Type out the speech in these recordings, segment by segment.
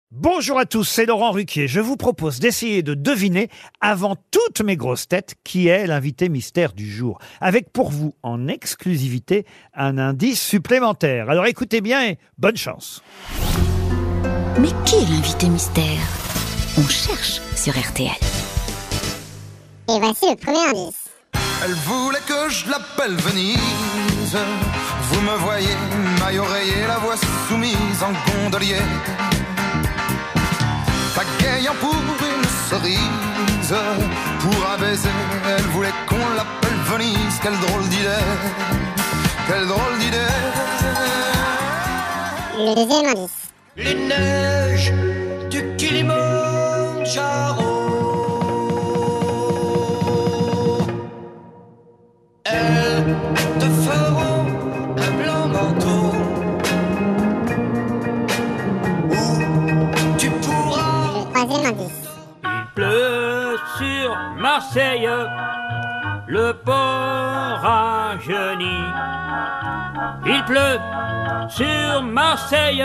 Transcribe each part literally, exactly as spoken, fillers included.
Bonjour à tous, c'est Laurent Ruquier. Je vous propose d'essayer de deviner, avant toutes mes grosses têtes, qui est l'invité mystère du jour. Avec pour vous, en exclusivité, un indice supplémentaire. Alors écoutez bien et bonne chance. Mais qui est l'invité mystère? On cherche sur R T L. Et voici le premier indice. Elle voulait que je l'appelle Venise. Vous me voyez, maille oreiller, la voix soumise en gondolier. Pagayant pour une cerise, pour un baiser, elle voulait qu'on l'appelle Venise. Quelle drôle d'idée, quelle drôle d'idée. Le deuxième indice. Les neiges du Kilimandjaro, elles te feront un blanc manteau où tu pourras. Le troisième indice. Il pleut sur Marseille, le port rajeuni. Il pleut sur Marseille,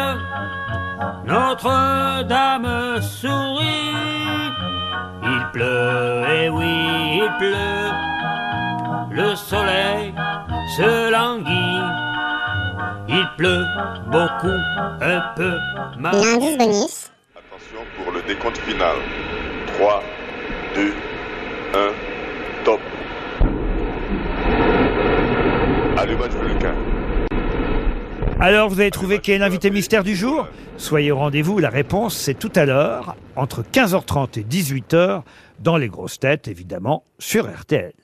Notre-Dame sourit. Il pleut, et oui, il pleut. Le soleil se languit. Il pleut beaucoup, un peu. Ma... L'indice bonus. Attention pour le décompte final. trois, deux, un, top. Allumage Vulcain. Alors, vous avez trouvé qui est l'invité mystère du jour? Soyez au rendez-vous, la réponse c'est tout à l'heure, entre quinze heures trente et dix-huit heures, dans les grosses têtes, évidemment, sur R T L.